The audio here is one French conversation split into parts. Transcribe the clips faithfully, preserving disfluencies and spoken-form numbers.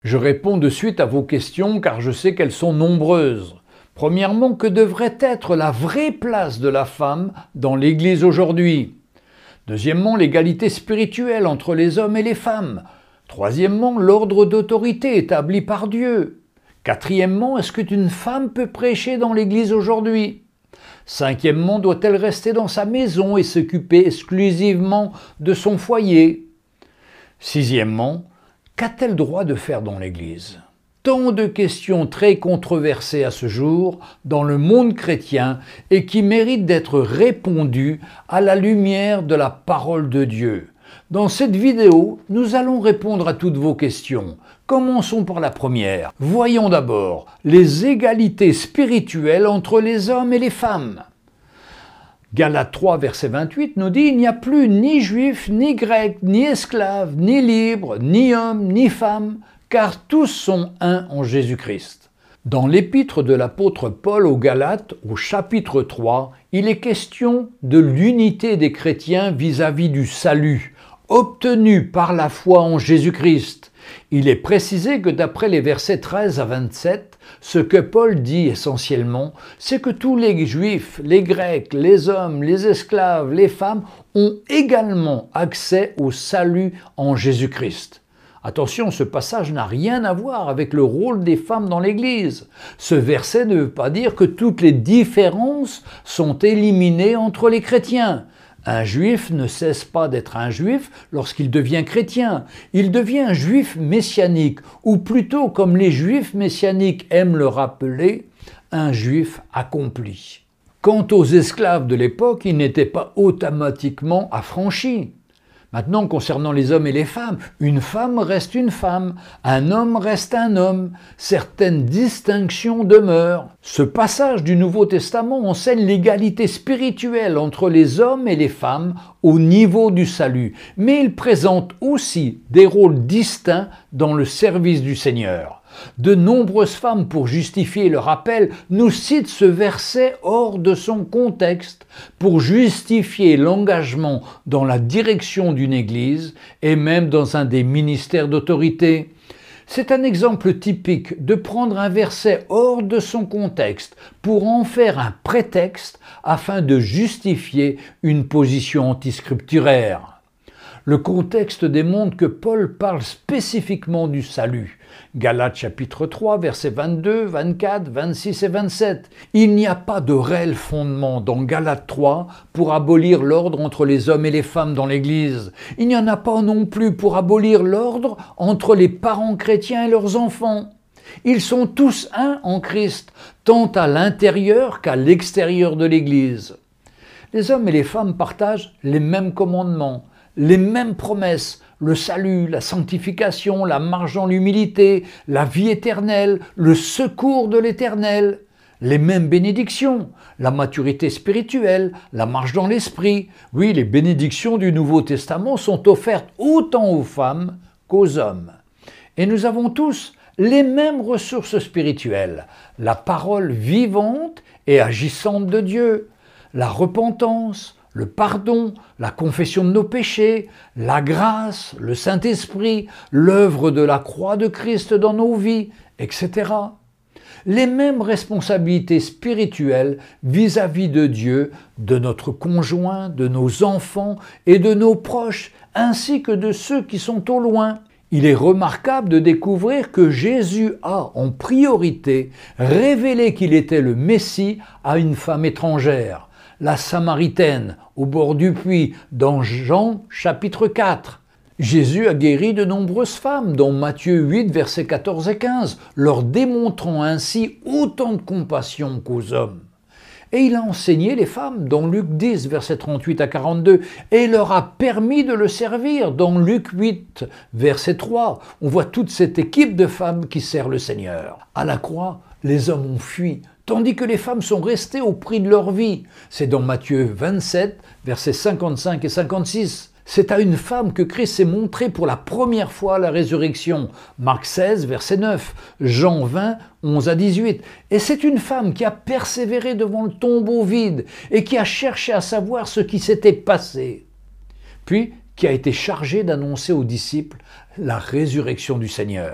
Je réponds de suite à vos questions car je sais qu'elles sont nombreuses. Premièrement, que devrait être la vraie place de la femme dans l'Église aujourd'hui? Deuxièmement, l'égalité spirituelle entre les hommes et les femmes. Troisièmement, l'ordre d'autorité établi par Dieu. Quatrièmement, est-ce qu'une femme peut prêcher dans l'Église aujourd'hui? Cinquièmement, doit-elle rester dans sa maison et s'occuper exclusivement de son foyer? Sixièmement, qu'a-t-elle droit de faire dans l'Église? Tant de questions très controversées à ce jour dans le monde chrétien et qui méritent d'être répondues à la lumière de la parole de Dieu. Dans cette vidéo, nous allons répondre à toutes vos questions. Commençons par la première. Voyons d'abord les égalités spirituelles entre les hommes et les femmes. Galates trois, verset vingt-huit nous dit « Il n'y a plus ni juif, ni grec, ni esclave, ni libre, ni homme, ni femme, car tous sont un en Jésus-Christ. » Dans l'épître de l'apôtre Paul aux Galates, au chapitre trois, il est question de l'unité des chrétiens vis-à-vis du salut, obtenu par la foi en Jésus-Christ. Il est précisé que d'après les versets treize à vingt-sept, ce que Paul dit essentiellement, c'est que tous les Juifs, les Grecs, les hommes, les esclaves, les femmes ont également accès au salut en Jésus-Christ. Attention, ce passage n'a rien à voir avec le rôle des femmes dans l'Église. Ce verset ne veut pas dire que toutes les différences sont éliminées entre les chrétiens. Un juif ne cesse pas d'être un juif lorsqu'il devient chrétien. Il devient un juif messianique, ou plutôt, comme les juifs messianiques aiment le rappeler, un juif accompli. Quant aux esclaves de l'époque, ils n'étaient pas automatiquement affranchis. Maintenant, concernant les hommes et les femmes, une femme reste une femme, un homme reste un homme, certaines distinctions demeurent. Ce passage du Nouveau Testament enseigne l'égalité spirituelle entre les hommes et les femmes au niveau du salut, mais il présente aussi des rôles distincts dans le service du Seigneur. De nombreuses femmes, pour justifier leur appel, nous citent ce verset hors de son contexte pour justifier l'engagement dans la direction d'une église et même dans un des ministères d'autorité. C'est un exemple typique de prendre un verset hors de son contexte pour en faire un prétexte afin de justifier une position antiscripturaire. Le contexte démontre que Paul parle spécifiquement du salut. Galates chapitre trois, versets vingt-deux, vingt-quatre, vingt-six et vingt-sept. Il n'y a pas de réel fondement dans Galates trois pour abolir l'ordre entre les hommes et les femmes dans l'Église. Il n'y en a pas non plus pour abolir l'ordre entre les parents chrétiens et leurs enfants. Ils sont tous un en Christ, tant à l'intérieur qu'à l'extérieur de l'Église. Les hommes et les femmes partagent les mêmes commandements, les mêmes promesses, le salut, la sanctification, la marche dans l'humilité, la vie éternelle, le secours de l'Éternel, les mêmes bénédictions, la maturité spirituelle, la marche dans l'esprit. Oui, les bénédictions du Nouveau Testament sont offertes autant aux femmes qu'aux hommes. Et nous avons tous les mêmes ressources spirituelles, la parole vivante et agissante de Dieu, la repentance, le pardon, la confession de nos péchés, la grâce, le Saint-Esprit, l'œuvre de la croix de Christ dans nos vies, et cetera. Les mêmes responsabilités spirituelles vis-à-vis de Dieu, de notre conjoint, de nos enfants et de nos proches, ainsi que de ceux qui sont au loin. Il est remarquable de découvrir que Jésus a, en priorité, révélé qu'il était le Messie à une femme étrangère, la Samaritaine, au bord du puits, dans Jean chapitre quatre. Jésus a guéri de nombreuses femmes, dans Matthieu huit, versets quatorze et quinze, leur démontrant ainsi autant de compassion qu'aux hommes. Et il a enseigné les femmes, dans Luc dix, versets trente-huit à quarante-deux, et il leur a permis de le servir, dans Luc huit, verset trois. On voit toute cette équipe de femmes qui sert le Seigneur. À la croix, les hommes ont fui, tandis que les femmes sont restées au prix de leur vie. C'est dans Matthieu vingt-sept, versets cinquante-cinq et cinquante-six. C'est à une femme que Christ s'est montré pour la première fois à la résurrection. Marc seize, verset neuf, Jean vingt, onze à dix-huit. Et c'est une femme qui a persévéré devant le tombeau vide et qui a cherché à savoir ce qui s'était passé. Puis, qui a été chargée d'annoncer aux disciples la résurrection du Seigneur.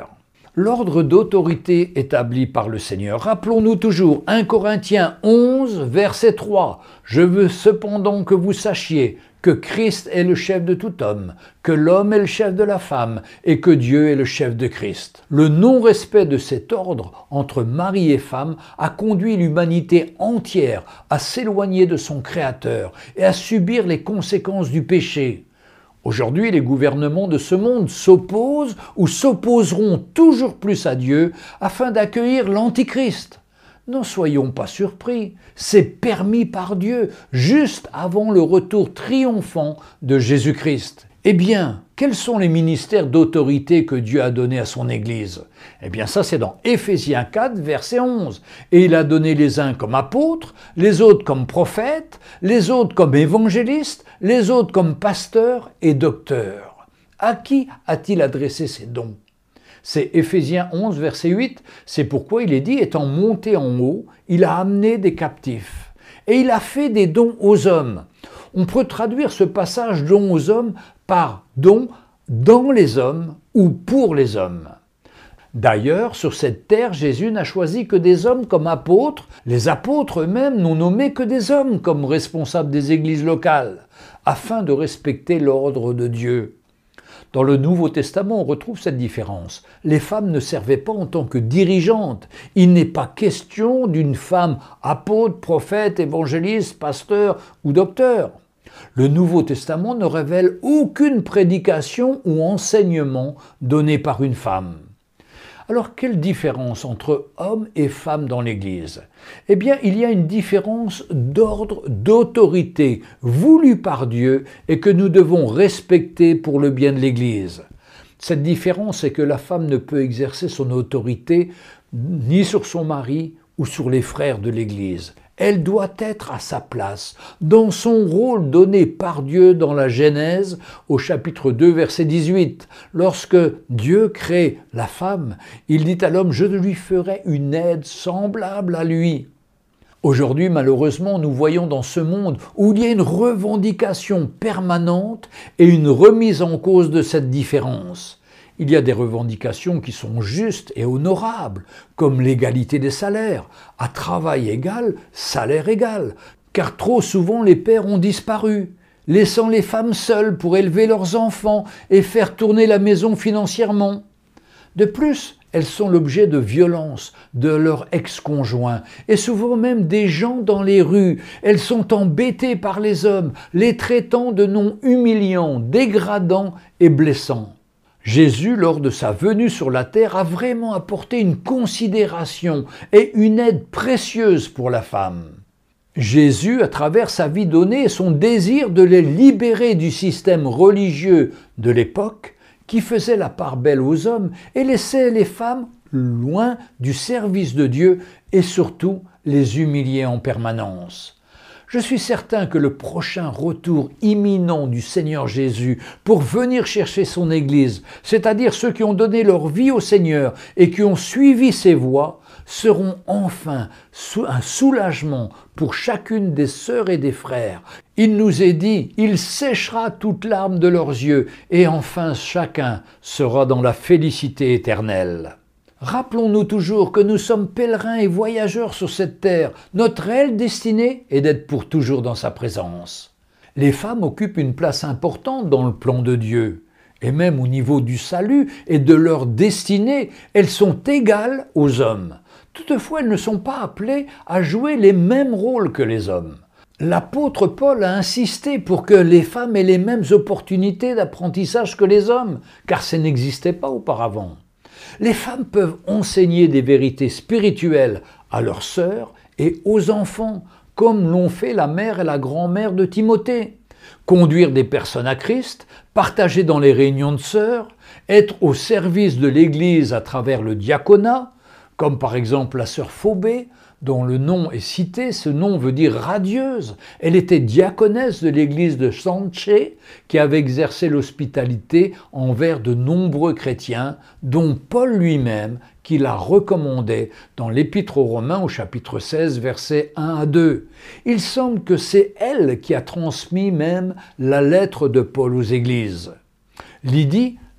L'ordre d'autorité établi par le Seigneur. Rappelons-nous toujours un Corinthiens onze, verset trois. « Je veux cependant que vous sachiez que Christ est le chef de tout homme, que l'homme est le chef de la femme et que Dieu est le chef de Christ. » Le non-respect de cet ordre entre mari et femme a conduit l'humanité entière à s'éloigner de son Créateur et à subir les conséquences du péché. Aujourd'hui, les gouvernements de ce monde s'opposent ou s'opposeront toujours plus à Dieu afin d'accueillir l'Antichrist. N'en soyons pas surpris, c'est permis par Dieu, juste avant le retour triomphant de Jésus-Christ. Eh bien, quels sont les ministères d'autorité que Dieu a donnés à son Église? Eh bien ça c'est dans Éphésiens quatre, verset onze. « Et il a donné les uns comme apôtres, les autres comme prophètes, les autres comme évangélistes, les autres comme pasteurs et docteurs. » À qui a-t-il adressé ces dons? C'est Éphésiens onze, verset huit. C'est pourquoi il est dit, étant monté en haut, il a amené des captifs. Et il a fait des dons aux hommes. On peut traduire ce passage dons aux hommes par dons dans les hommes ou pour les hommes. D'ailleurs, sur cette terre, Jésus n'a choisi que des hommes comme apôtres. Les apôtres eux-mêmes n'ont nommé que des hommes comme responsables des églises locales, afin de respecter l'ordre de Dieu. Dans le Nouveau Testament, on retrouve cette différence. Les femmes ne servaient pas en tant que dirigeantes. Il n'est pas question d'une femme apôtre, prophète, évangéliste, pasteur ou docteur. Le Nouveau Testament ne révèle aucune prédication ou enseignement donné par une femme. Alors, quelle différence entre hommes et femmes dans l'Église? Eh bien, il y a une différence d'ordre, d'autorité, voulue par Dieu et que nous devons respecter pour le bien de l'Église. Cette différence est que la femme ne peut exercer son autorité ni sur son mari ou sur les frères de l'Église. Elle doit être à sa place, dans son rôle donné par Dieu dans la Genèse au chapitre deux, verset dix-huit. Lorsque Dieu crée la femme, il dit à l'homme « Je lui ferai une aide semblable à lui ». Aujourd'hui, malheureusement, nous voyons dans ce monde où il y a une revendication permanente et une remise en cause de cette différence. Il y a des revendications qui sont justes et honorables, comme l'égalité des salaires, à travail égal, salaire égal, car trop souvent les pères ont disparu, laissant les femmes seules pour élever leurs enfants et faire tourner la maison financièrement. De plus, elles sont l'objet de violences de leurs ex-conjoints et souvent même des gens dans les rues. Elles sont embêtées par les hommes, les traitant de noms humiliants, dégradants et blessants. Jésus, lors de sa venue sur la terre, a vraiment apporté une considération et une aide précieuse pour la femme. Jésus, à travers sa vie donnée et son désir de les libérer du système religieux de l'époque, qui faisait la part belle aux hommes et laissait les femmes loin du service de Dieu et surtout les humilier en permanence. Je suis certain que le prochain retour imminent du Seigneur Jésus pour venir chercher son Église, c'est-à-dire ceux qui ont donné leur vie au Seigneur et qui ont suivi ses voies, seront enfin un soulagement pour chacune des sœurs et des frères. Il nous est dit, il séchera toute larme de leurs yeux et enfin chacun sera dans la félicité éternelle. Rappelons-nous toujours que nous sommes pèlerins et voyageurs sur cette terre. Notre réelle destinée est d'être pour toujours dans sa présence. Les femmes occupent une place importante dans le plan de Dieu. Et même au niveau du salut et de leur destinée, elles sont égales aux hommes. Toutefois, elles ne sont pas appelées à jouer les mêmes rôles que les hommes. L'apôtre Paul a insisté pour que les femmes aient les mêmes opportunités d'apprentissage que les hommes, car ça n'existait pas auparavant. Les femmes peuvent enseigner des vérités spirituelles à leurs sœurs et aux enfants, comme l'ont fait la mère et la grand-mère de Timothée. Conduire des personnes à Christ, partager dans les réunions de sœurs, être au service de l'Église à travers le diaconat, comme par exemple la sœur Phobée, dont le nom est cité. Ce nom veut dire radieuse. Elle était diaconesse de l'église de Sanche, qui avait exercé l'hospitalité envers de nombreux chrétiens, dont Paul lui-même, qui la recommandait dans l'Épître aux Romains au chapitre seize, versets un à deux. Il semble que c'est elle qui a transmis même la lettre de Paul aux églises. Lydie,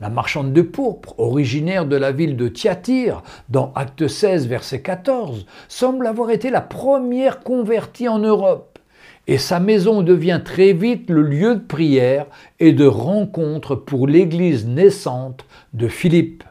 La marchande de pourpre, originaire de la ville de Thyatire, dans Acte seize, verset quatorze, semble avoir été la première convertie en Europe. Et sa maison devient très vite le lieu de prière et de rencontre pour l'église naissante de Philippe.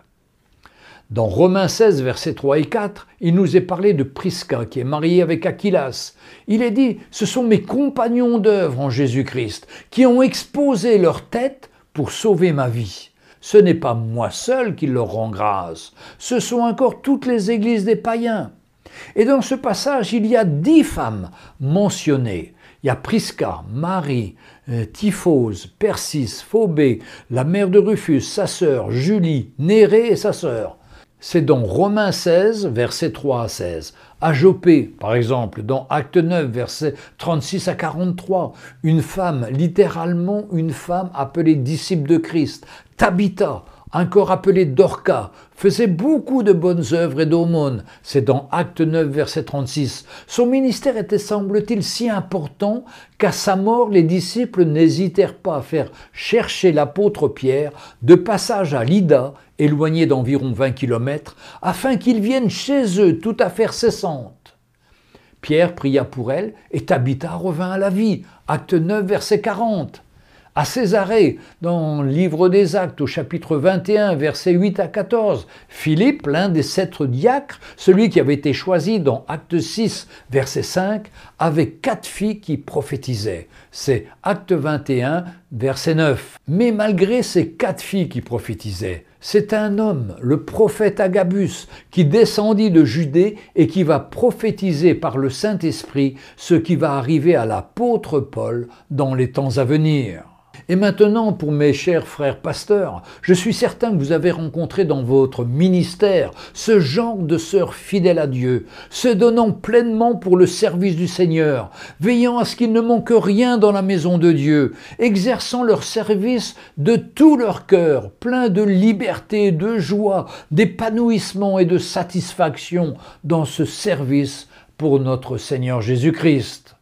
Dans Romains seize, versets trois et quatre, il nous est parlé de Prisca qui est mariée avec Aquilas. Il est dit « Ce sont mes compagnons d'œuvre en Jésus-Christ qui ont exposé leur tête pour sauver ma vie. Ce n'est pas moi seul qui leur rend grâce, ce sont encore toutes les églises des païens. » Et dans ce passage, il y a dix femmes mentionnées. Il y a Prisca, Marie, euh, Typhose, Persis, Phobé, la mère de Rufus, sa sœur, Julie, Nérée et sa sœur. C'est dans Romains seize, versets trois à seize. À Joppé, par exemple, dans Acte neuf, versets trente-six à quarante-trois, une femme, littéralement une femme appelée disciple de Christ, Tabitha, encore appelée Dorca, faisait beaucoup de bonnes œuvres et d'aumônes. C'est dans Acte neuf, verset trente-six. Son ministère était, semble-t-il, si important qu'à sa mort, les disciples n'hésitèrent pas à faire chercher l'apôtre Pierre de passage à Lydda, éloigné d'environ vingt kilomètres, afin qu'il vienne chez eux toute affaire cessante. Pierre pria pour elle et Tabitha revint à la vie. Acte neuf, verset quarante. À Césarée, dans le livre des Actes, au chapitre vingt et un, versets huit à quatorze, Philippe, l'un des sept diacres, celui qui avait été choisi dans Acte six, verset cinq, avait quatre filles qui prophétisaient. C'est Acte vingt et un, verset neuf. Mais malgré ces quatre filles qui prophétisaient, c'est un homme, le prophète Agabus, qui descendit de Judée et qui va prophétiser par le Saint-Esprit ce qui va arriver à l'apôtre Paul dans les temps à venir. Et maintenant, pour mes chers frères pasteurs, je suis certain que vous avez rencontré dans votre ministère ce genre de sœurs fidèles à Dieu, se donnant pleinement pour le service du Seigneur, veillant à ce qu'il ne manque rien dans la maison de Dieu, exerçant leur service de tout leur cœur, plein de liberté, de joie, d'épanouissement et de satisfaction dans ce service pour notre Seigneur Jésus-Christ.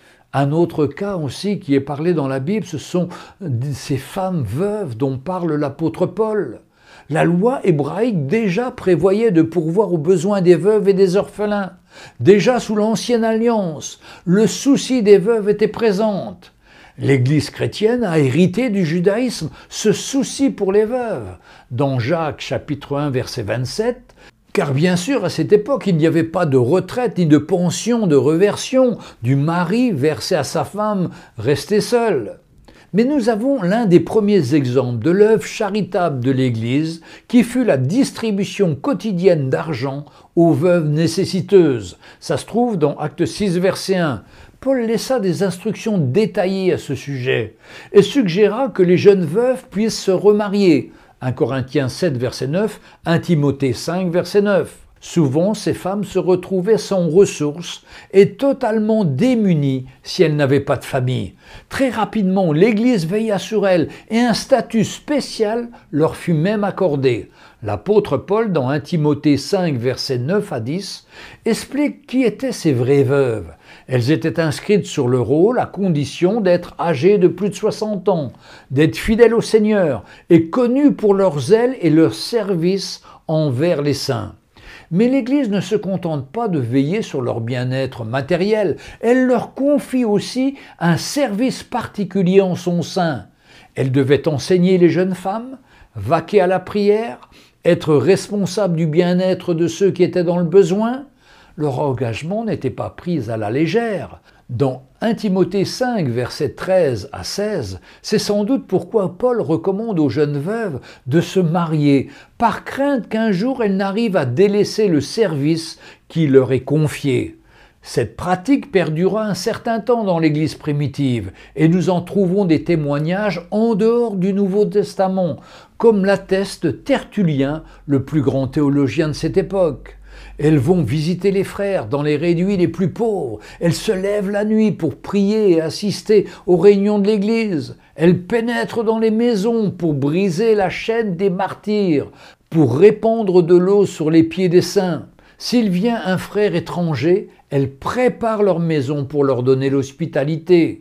Un autre cas aussi qui est parlé dans la Bible, ce sont ces femmes veuves dont parle l'apôtre Paul. La loi hébraïque déjà prévoyait de pourvoir aux besoins des veuves et des orphelins. Déjà sous l'Ancienne Alliance, le souci des veuves était présent. L'Église chrétienne a hérité du judaïsme ce souci pour les veuves. Dans Jacques chapitre un, verset vingt-sept, car bien sûr, à cette époque, il n'y avait pas de retraite ni de pension de reversion du mari versé à sa femme restée seule. Mais nous avons l'un des premiers exemples de l'œuvre charitable de l'Église qui fut la distribution quotidienne d'argent aux veuves nécessiteuses. Ça se trouve dans Acte six, verset un. Paul laissa des instructions détaillées à ce sujet et suggéra que les jeunes veuves puissent se remarier. un Corinthiens sept, verset neuf, un Timothée cinq, verset neuf. Souvent, ces femmes se retrouvaient sans ressources et totalement démunies si elles n'avaient pas de famille. Très rapidement, l'Église veilla sur elles et un statut spécial leur fut même accordé. L'apôtre Paul, dans un Timothée cinq, versets neuf à dix, explique qui étaient ces vraies veuves. Elles étaient inscrites sur le rôle à condition d'être âgées de plus de soixante ans, d'être fidèles au Seigneur et connues pour leur zèle et leur service envers les saints. Mais l'Église ne se contente pas de veiller sur leur bien-être matériel, elle leur confie aussi un service particulier en son sein. Elle devait enseigner les jeunes femmes, vaquer à la prière, être responsable du bien-être de ceux qui étaient dans le besoin. Leur engagement n'était pas pris à la légère. Dans un Timothée cinq, versets treize à seize, c'est sans doute pourquoi Paul recommande aux jeunes veuves de se marier, par crainte qu'un jour elles n'arrivent à délaisser le service qui leur est confié. Cette pratique perdura un certain temps dans l'Église primitive et nous en trouvons des témoignages en dehors du Nouveau Testament, comme l'atteste Tertullien, le plus grand théologien de cette époque. Elles vont visiter les frères dans les réduits les plus pauvres. Elles se lèvent la nuit pour prier et assister aux réunions de l'Église. Elles pénètrent dans les maisons pour briser la chaîne des martyrs, pour répandre de l'eau sur les pieds des saints. S'il vient un frère étranger, elles préparent leur maison pour leur donner l'hospitalité.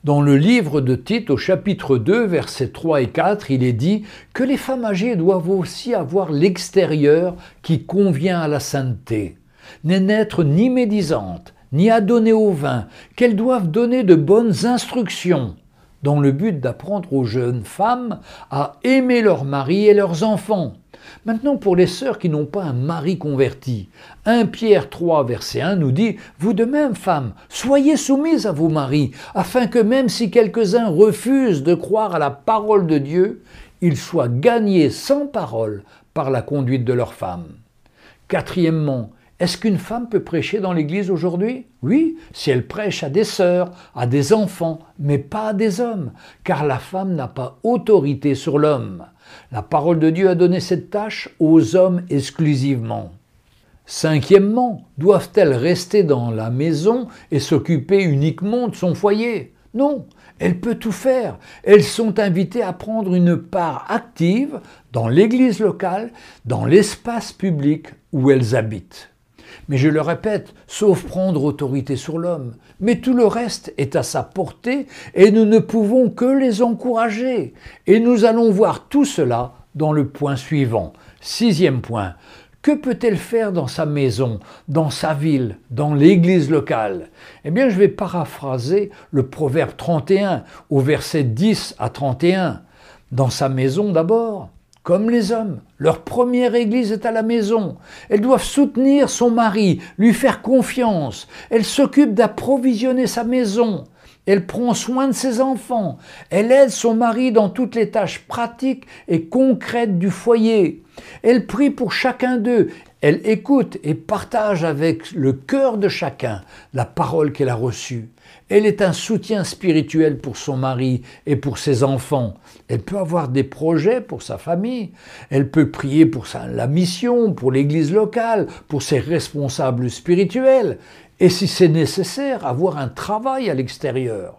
Dans le livre de Tite, au chapitre deux, versets trois et quatre, il est dit que les femmes âgées doivent aussi avoir l'extérieur qui convient à la sainteté, n'est n'être ni médisantes, ni adonnées au vin, qu'elles doivent donner de bonnes instructions, dans le but d'apprendre aux jeunes femmes à aimer leurs maris et leurs enfants. Maintenant, pour les sœurs qui n'ont pas un mari converti, premier Pierre trois, verset un nous dit « Vous de même, femmes, soyez soumises à vos maris, afin que même si quelques-uns refusent de croire à la parole de Dieu, ils soient gagnés sans parole par la conduite de leurs femmes. » Quatrièmement, est-ce qu'une femme peut prêcher dans l'Église aujourd'hui? Oui, si elle prêche à des sœurs, à des enfants, mais pas à des hommes, car la femme n'a pas autorité sur l'homme. La parole de Dieu a donné cette tâche aux hommes exclusivement. Cinquièmement, doivent-elles rester dans la maison et s'occuper uniquement de son foyer? Non, elle peut tout faire. Elles sont invitées à prendre une part active dans l'église locale, dans l'espace public où elles habitent. Mais je le répète, sauf prendre autorité sur l'homme. Mais tout le reste est à sa portée et nous ne pouvons que les encourager. Et nous allons voir tout cela dans le point suivant. Sixième point. Que peut-elle faire dans sa maison, dans sa ville, dans l'église locale? Eh bien, je vais paraphraser le proverbe trente et un, au verset dix à trente et un. Dans sa maison d'abord. Comme les hommes, leur première église est à la maison. Elles doivent soutenir son mari, lui faire confiance. Elle s'occupe d'approvisionner sa maison. Elle prend soin de ses enfants. Elle aide son mari dans toutes les tâches pratiques et concrètes du foyer. Elle prie pour chacun d'eux. Elle écoute et partage avec le cœur de chacun la parole qu'elle a reçue. Elle est un soutien spirituel pour son mari et pour ses enfants. Elle peut avoir des projets pour sa famille. Elle peut prier pour sa, la mission, pour l'église locale, pour ses responsables spirituels. Et si c'est nécessaire, avoir un travail à l'extérieur.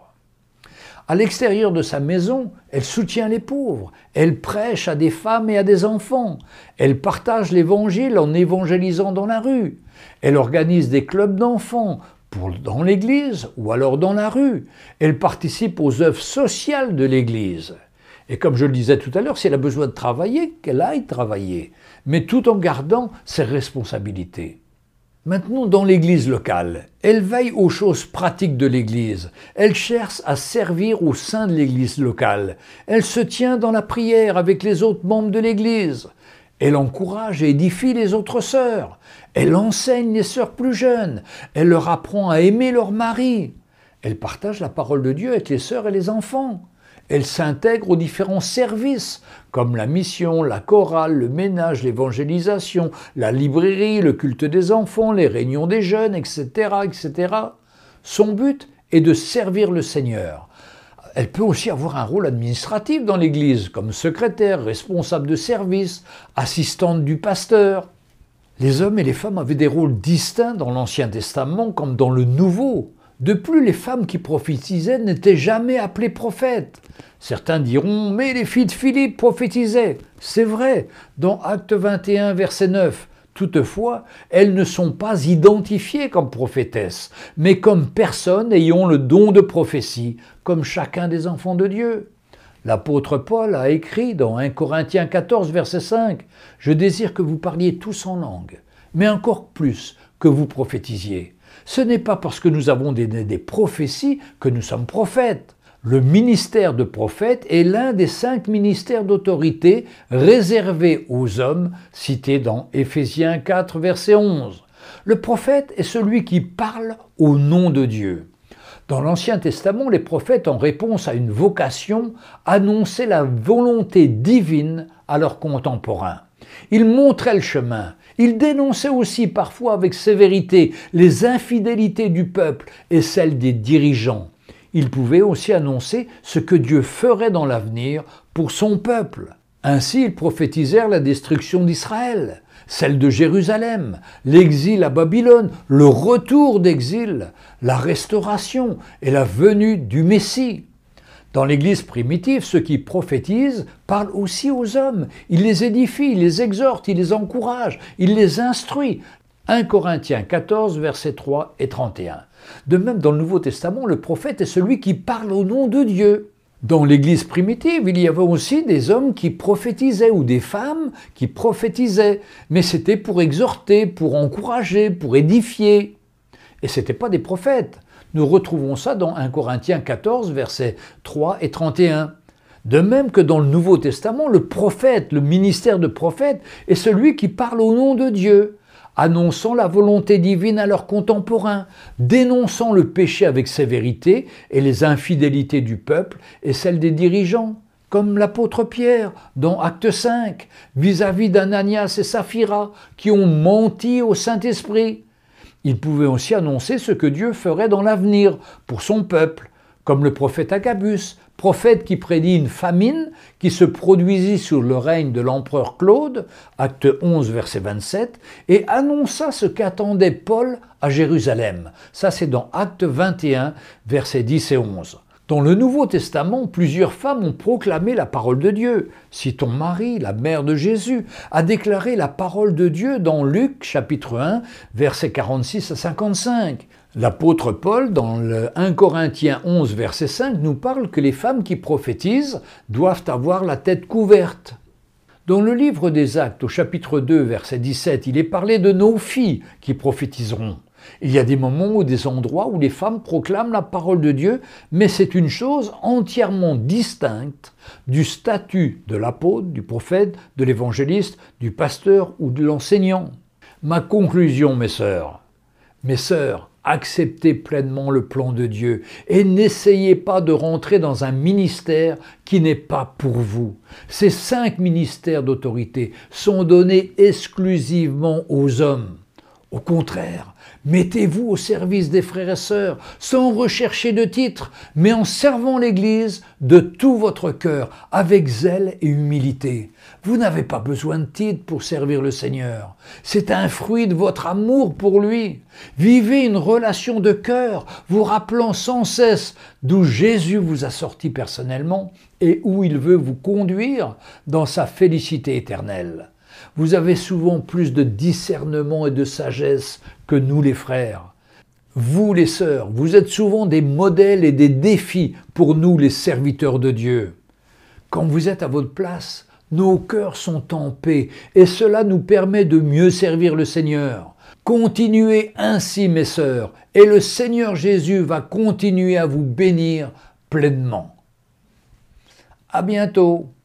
À l'extérieur de sa maison, elle soutient les pauvres, elle prêche à des femmes et à des enfants, elle partage l'évangile en évangélisant dans la rue, elle organise des clubs d'enfants pour, dans l'église ou alors dans la rue, elle participe aux œuvres sociales de l'église. Et comme je le disais tout à l'heure, si elle a besoin de travailler, qu'elle aille travailler, mais tout en gardant ses responsabilités. Maintenant, dans l'église locale, elle veille aux choses pratiques de l'église. Elle cherche à servir au sein de l'église locale. Elle se tient dans la prière avec les autres membres de l'église. Elle encourage et édifie les autres sœurs. Elle enseigne les sœurs plus jeunes. Elle leur apprend à aimer leur mari. Elle partage la parole de Dieu avec les sœurs et les enfants. Elle s'intègre aux différents services, comme la mission, la chorale, le ménage, l'évangélisation, la librairie, le culte des enfants, les réunions des jeunes, et cetera, et cetera. Son but est de servir le Seigneur. Elle peut aussi avoir un rôle administratif dans l'Église, comme secrétaire, responsable de service, assistante du pasteur. Les hommes et les femmes avaient des rôles distincts dans l'Ancien Testament comme dans le Nouveau. De plus, les femmes qui prophétisaient n'étaient jamais appelées prophètes. Certains diront « mais les filles de Philippe prophétisaient ». C'est vrai, dans Actes vingt et un, verset neuf. Toutefois, elles ne sont pas identifiées comme prophétesses, mais comme personnes ayant le don de prophétie, comme chacun des enfants de Dieu. L'apôtre Paul a écrit dans premier Corinthiens quatorze, verset cinq « Je désire que vous parliez tous en langue, mais encore plus que vous prophétisiez. Ce n'est pas parce que nous avons des, des prophéties que nous sommes prophètes. Le ministère de prophète est l'un des cinq ministères d'autorité réservés aux hommes, cités dans Éphésiens quatre, verset onze. Le prophète est celui qui parle au nom de Dieu. Dans l'Ancien Testament, les prophètes, en réponse à une vocation, annonçaient la volonté divine à leurs contemporains. Ils montraient le chemin. Ils dénonçaient aussi parfois avec sévérité les infidélités du peuple et celles des dirigeants. Ils pouvaient aussi annoncer ce que Dieu ferait dans l'avenir pour son peuple. Ainsi, ils prophétisèrent la destruction d'Israël, celle de Jérusalem, l'exil à Babylone, le retour d'exil, la restauration et la venue du Messie. Dans l'Église primitive, ceux qui prophétisent parlent aussi aux hommes. Ils les édifient, ils les exhortent, ils les encouragent, ils les instruisent. un Corinthiens quatorze, versets trois et trente et un. De même, dans le Nouveau Testament, le prophète est celui qui parle au nom de Dieu. Dans l'Église primitive, il y avait aussi des hommes qui prophétisaient ou des femmes qui prophétisaient, mais c'était pour exhorter, pour encourager, pour édifier. Et ce n'étaient pas des prophètes. Nous retrouvons ça dans un Corinthiens quatorze, versets trois et trente et un. De même que dans le Nouveau Testament, le prophète, le ministère de prophète, est celui qui parle au nom de Dieu, annonçant la volonté divine à leurs contemporains, dénonçant le péché avec sévérité et les infidélités du peuple et celles des dirigeants, comme l'apôtre Pierre dans Acte cinq, vis-à-vis d'Ananias et Saphira, qui ont menti au Saint-Esprit. Il pouvait aussi annoncer ce que Dieu ferait dans l'avenir pour son peuple, comme le prophète Agabus, prophète qui prédit une famine qui se produisit sous le règne de l'empereur Claude, acte onze, verset vingt-sept, et annonça ce qu'attendait Paul à Jérusalem. Ça, c'est dans acte vingt et un, versets dix et onze. Dans le Nouveau Testament, plusieurs femmes ont proclamé la parole de Dieu. Citons Marie, la mère de Jésus, a déclaré la parole de Dieu dans Luc, chapitre un, versets quarante-six à cinquante-cinq. L'apôtre Paul, dans le un Corinthiens onze, verset cinq, nous parle que les femmes qui prophétisent doivent avoir la tête couverte. Dans le livre des Actes, au chapitre deux, verset dix-sept, il est parlé de nos filles qui prophétiseront. Il y a des moments ou des endroits où les femmes proclament la parole de Dieu, mais c'est une chose entièrement distincte du statut de l'apôtre, du prophète, de l'évangéliste, du pasteur ou de l'enseignant. Ma conclusion, mes sœurs, mes sœurs, acceptez pleinement le plan de Dieu et n'essayez pas de rentrer dans un ministère qui n'est pas pour vous. Ces cinq ministères d'autorité sont donnés exclusivement aux hommes. Au contraire, mettez-vous au service des frères et sœurs, sans rechercher de titre, mais en servant l'Église de tout votre cœur, avec zèle et humilité. Vous n'avez pas besoin de titre pour servir le Seigneur. C'est un fruit de votre amour pour lui. Vivez une relation de cœur, vous rappelant sans cesse d'où Jésus vous a sorti personnellement et où il veut vous conduire dans sa félicité éternelle. Vous avez souvent plus de discernement et de sagesse que nous les frères. Vous les sœurs, vous êtes souvent des modèles et des défis pour nous les serviteurs de Dieu. Quand vous êtes à votre place, nos cœurs sont en paix et cela nous permet de mieux servir le Seigneur. Continuez ainsi mes sœurs et le Seigneur Jésus va continuer à vous bénir pleinement. À bientôt.